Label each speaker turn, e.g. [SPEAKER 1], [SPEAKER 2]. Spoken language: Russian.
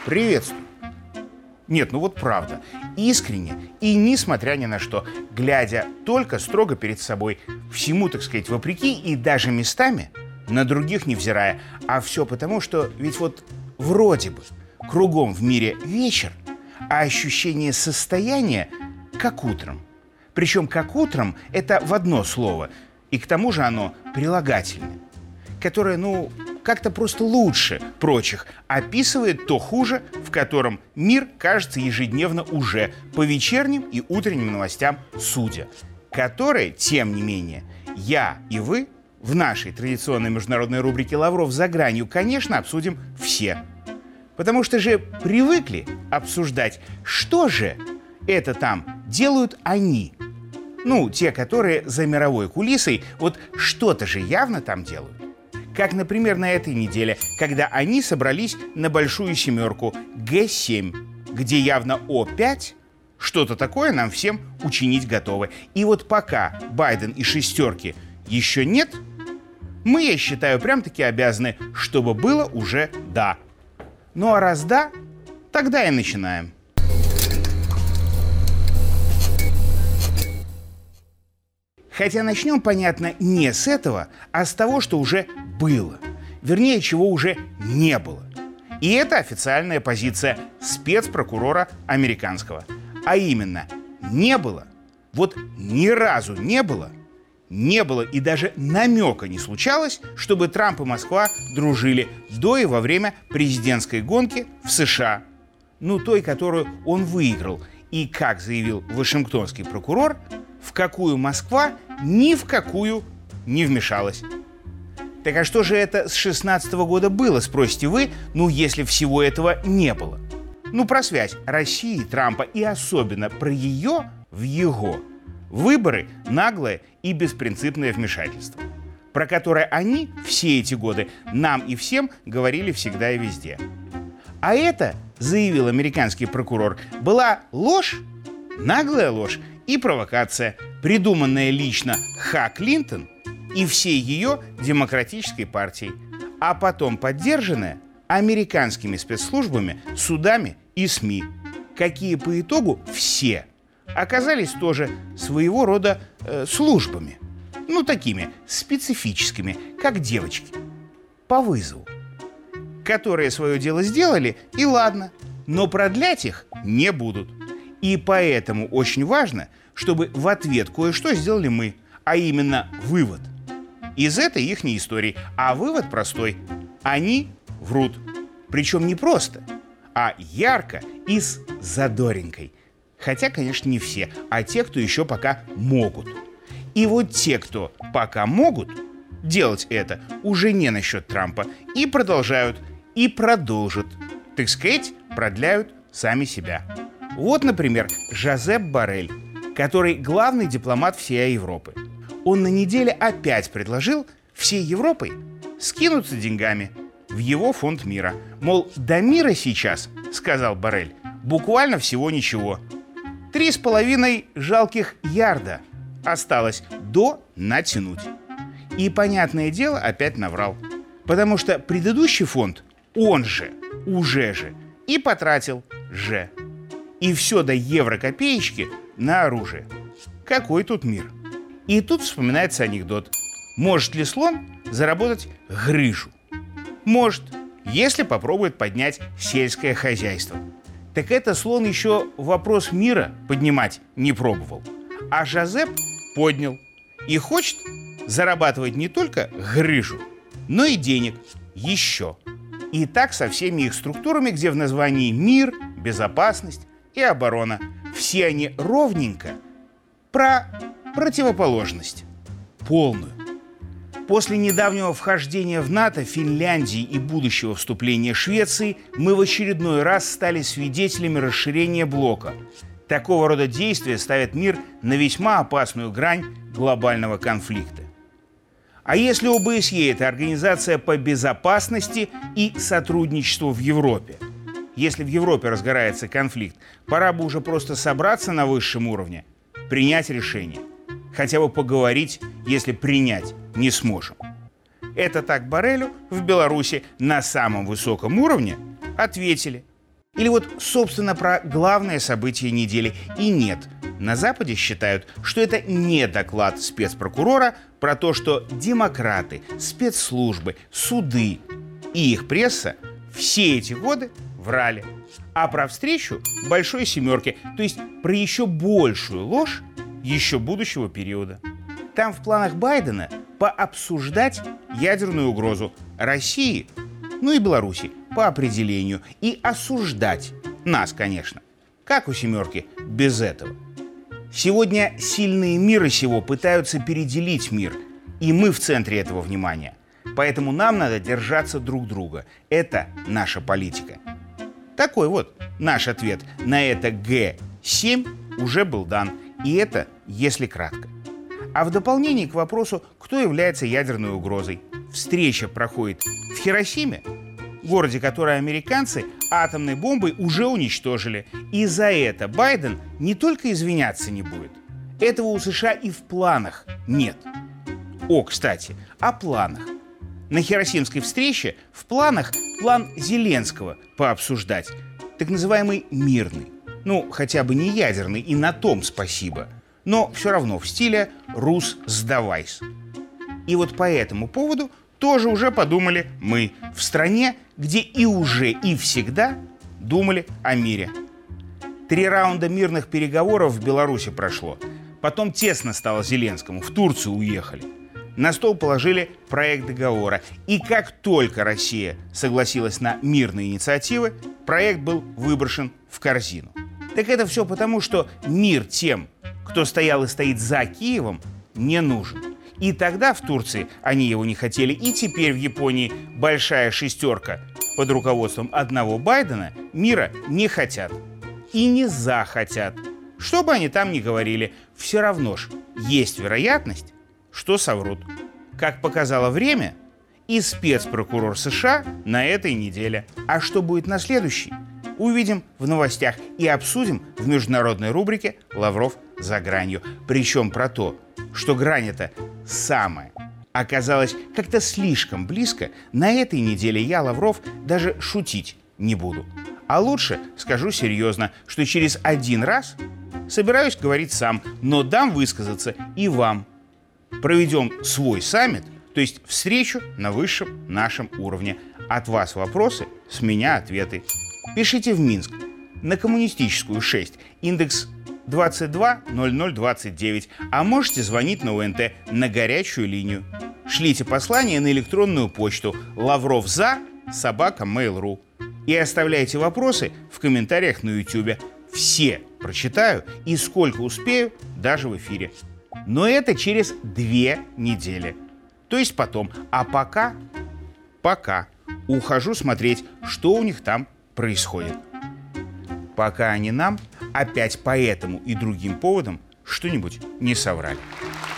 [SPEAKER 1] Приветствую. Нет, ну вот правда, искренне и несмотря ни на что, глядя только строго перед собой, всему, так сказать, вопреки и даже местами на других невзирая, а все потому, что ведь вот вроде бы кругом в мире вечер, а ощущение состояния как утром. Причем как утром это в одно слово, и к тому же оно прилагательное, которое, как-то просто лучше прочих описывает то хуже, в котором мир кажется ежедневно уже по вечерним и утренним новостям судя, которые, тем не менее, я и вы в нашей традиционной международной рубрике «Лавров за гранью», конечно, обсудим все. Потому что же привыкли обсуждать, что же это там делают они. Те, которые за мировой кулисой, вот что-то же явно там делают. Как, например, на этой неделе, когда они собрались на большую семерку Г7, где явно О5 что-то такое нам всем учинить готовы. И вот пока Байден и шестерки еще нет, мы, я считаю, прям-таки обязаны, чтобы было уже да. Ну а раз да, тогда и начинаем. Хотя начнем, понятно, не с этого, а с того, что уже было. Вернее, чего уже не было. И это официальная позиция спецпрокурора американского. А именно, не было, вот ни разу не было и даже намека не случалось, чтобы Трамп и Москва дружили до и во время президентской гонки в США. Той, которую он выиграл. И, как заявил вашингтонский прокурор, в какую Москва ни в какую не вмешалась. Так а что же это с 16-го года было, спросите вы, если всего этого не было? Про связь России и Трампа, и особенно про ее в его выборы наглое и беспринципное вмешательство, про которое они все эти годы нам и всем говорили всегда и везде. А это, заявил американский прокурор, была ложь, наглая ложь и провокация, придуманная лично Клинтон и всей ее демократической партией, а потом поддержанная американскими спецслужбами, судами и СМИ, какие по итогу все оказались тоже своего рода службами, такими специфическими, как девочки, по вызову, которые свое дело сделали, и ладно, но продлять их не будут. И поэтому очень важно, чтобы в ответ кое-что сделали мы, а именно вывод из этой ихней истории. А вывод простой. Они врут. Причем не просто, а ярко и с задоринкой. Хотя, конечно, не все, а те, кто еще пока могут. И вот те, кто пока могут делать это, уже не насчет Трампа, и продолжают, и продолжат, так сказать, продляют сами себя. Вот, например, Жозеп Боррель, который главный дипломат всей Европы. Он на неделе опять предложил всей Европой скинуться деньгами в его фонд мира. Мол, до мира сейчас, сказал Боррель, буквально всего ничего. 3,5 жалких ярда осталось до натянуть. И, понятное дело, опять наврал. Потому что предыдущий фонд, он же, уже же, и потратил же. И все до евро-копеечки на оружие. Какой тут мир? И тут вспоминается анекдот. Может ли слон заработать грыжу? Может, если попробует поднять сельское хозяйство. Так это слон еще вопрос мира поднимать не пробовал. А Жозеп поднял. И хочет зарабатывать не только грыжу, но и денег еще. И так со всеми их структурами, где в названии мир, безопасность и оборона. Все они ровненько про противоположность. Полную. После недавнего вхождения в НАТО Финляндии и будущего вступления Швеции мы в очередной раз стали свидетелями расширения блока. Такого рода действия ставят мир на весьма опасную грань глобального конфликта. А если ОБСЕ – это организация по безопасности и сотрудничеству в Европе? Если в Европе разгорается конфликт, пора бы уже просто собраться на высшем уровне, принять решение. Хотя бы поговорить, если принять не сможем. Это так Боррелю в Беларуси на самом высоком уровне ответили. Или вот, собственно, про главное событие недели. И нет, на Западе считают, что это не доклад спецпрокурора про то, что демократы, спецслужбы, суды и их пресса все эти годы врали. А про встречу Большой Семерки, то есть про еще большую ложь еще будущего периода. Там в планах Байдена пообсуждать ядерную угрозу России, ну и Беларуси по определению, и осуждать нас, конечно. Как у Семерки без этого? Сегодня сильные мира сего пытаются переделить мир, и мы в центре этого внимания. Поэтому нам надо держаться друг друга. Это наша политика. Такой вот наш ответ на это Г7 уже был дан. И это если кратко. А в дополнение к вопросу, кто является ядерной угрозой. Встреча проходит в Хиросиме, городе, который американцы атомной бомбой уже уничтожили. И за это Байден не только извиняться не будет. Этого у США и в планах нет. О, кстати, о планах. На Хиросимской встрече в планах план Зеленского пообсуждать. Так называемый мирный. Ну, хотя бы не ядерный, и на том спасибо. Но все равно в стиле «Рус, сдавайся». И вот по этому поводу тоже уже подумали мы в стране, где и уже, и всегда думали о мире. 3 раунда мирных переговоров в Беларуси прошло. Потом тесно стало Зеленскому, в Турцию уехали. На стол положили проект договора. И как только Россия согласилась на мирные инициативы, проект был выброшен в корзину. Так это все потому, что мир тем, кто стоял и стоит за Киевом, не нужен. И тогда в Турции они его не хотели, и теперь в Японии большая шестерка под руководством одного Байдена мира не хотят. И не захотят. Что бы они там ни говорили, все равно ж есть вероятность, что соврут. Как показало время, и спецпрокурор США на этой неделе. А что будет на следующей? Увидим в новостях и обсудим в международной рубрике «Лавров за гранью». Причем про то, что грань эта самая оказалась как-то слишком близко, на этой неделе я, Лавров, даже шутить не буду. А лучше скажу серьезно, что через один раз собираюсь говорить сам, но дам высказаться и вам. Проведем свой саммит, то есть встречу на высшем нашем уровне. От вас вопросы, с меня ответы. Пишите в Минск на Коммунистическую 6, индекс 220029, а можете звонить на УНТ на горячую линию. Шлите послание на электронную почту lavrovza@mail.ru и оставляйте вопросы в комментариях на YouTube. Все прочитаю и сколько успею, даже в эфире. Но это через 2 недели. То есть потом. А пока ухожу смотреть, что у них там происходит. Пока они нам опять по этому и другим поводам что-нибудь не соврали.